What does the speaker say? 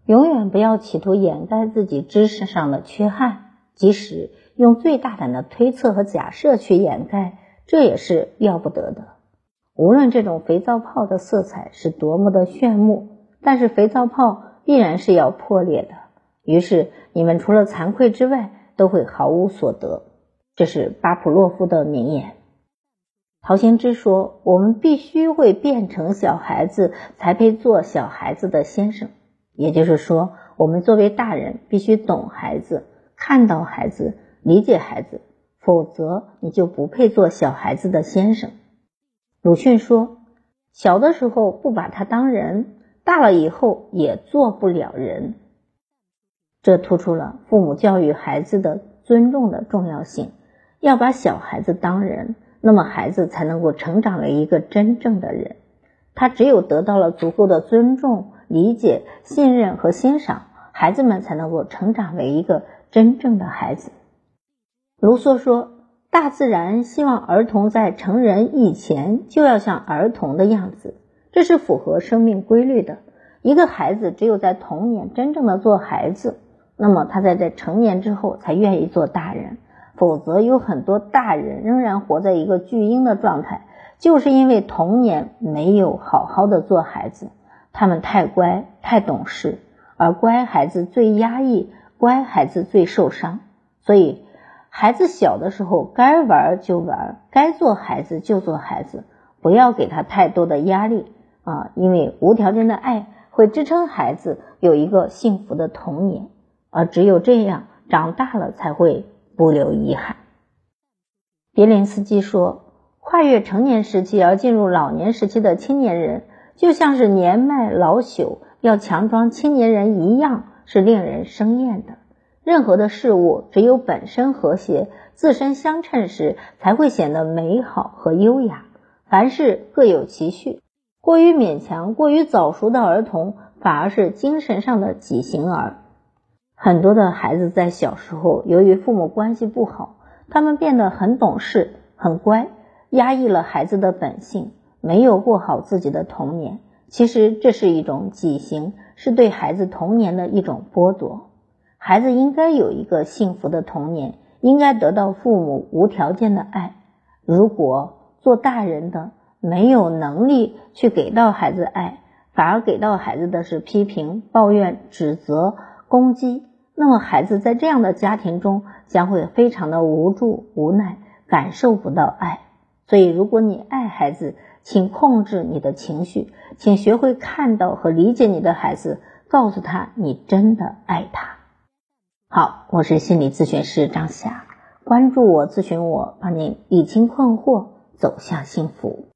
永远不要企图掩盖自己知识上的缺憾，即使用最大胆的推测和假设去掩盖，这也是要不得的。无论这种肥皂泡的色彩是多么的炫目，但是肥皂泡必然是要破裂的，于是你们除了惭愧之外都会毫无所得。这是巴甫洛夫的名言。陶行知说，我们必须会变成小孩子才配做小孩子的先生，也就是说，我们作为大人必须懂孩子，看到孩子，理解孩子，否则你就不配做小孩子的先生。鲁迅说，小的时候不把他当人，大了以后也做不了人。这突出了父母教育孩子的尊重的重要性，要把小孩子当人，那么孩子才能够成长为一个真正的人。他只有得到了足够的尊重、理解、信任和欣赏，孩子们才能够成长为一个真正的孩子。卢梭说，大自然希望儿童在成人以前就要像儿童的样子，这是符合生命规律的。一个孩子只有在童年真正的做孩子，那么他在成年之后才愿意做大人，否则有很多大人仍然活在一个巨婴的状态，就是因为童年没有好好的做孩子，他们太乖太懂事，而乖孩子最压抑，乖孩子最受伤。所以孩子小的时候该玩就玩，该做孩子就做孩子，不要给他太多的压力因为无条件的爱会支撑孩子有一个幸福的童年，而只有这样长大了才会不留遗憾。别林斯基说，跨越成年时期而进入老年时期的青年人，就像是年迈老朽要强装青年人一样，是令人生厌的。任何的事物只有本身和谐，自身相称时，才会显得美好和优雅。凡事各有其序，过于勉强、过于早熟的儿童，反而是精神上的畸形儿。很多的孩子在小时候由于父母关系不好，他们变得很懂事很乖，压抑了孩子的本性，没有过好自己的童年。其实这是一种畸形，是对孩子童年的一种剥夺。孩子应该有一个幸福的童年，应该得到父母无条件的爱。如果做大人的没有能力去给到孩子爱，反而给到孩子的是批评、抱怨、指责、攻击，那么孩子在这样的家庭中将会非常的无助无奈，感受不到爱。所以如果你爱孩子，请控制你的情绪，请学会看到和理解你的孩子，告诉他你真的爱他。好，我是心理咨询师张霞，关注我，咨询我，帮您理清困惑，走向幸福。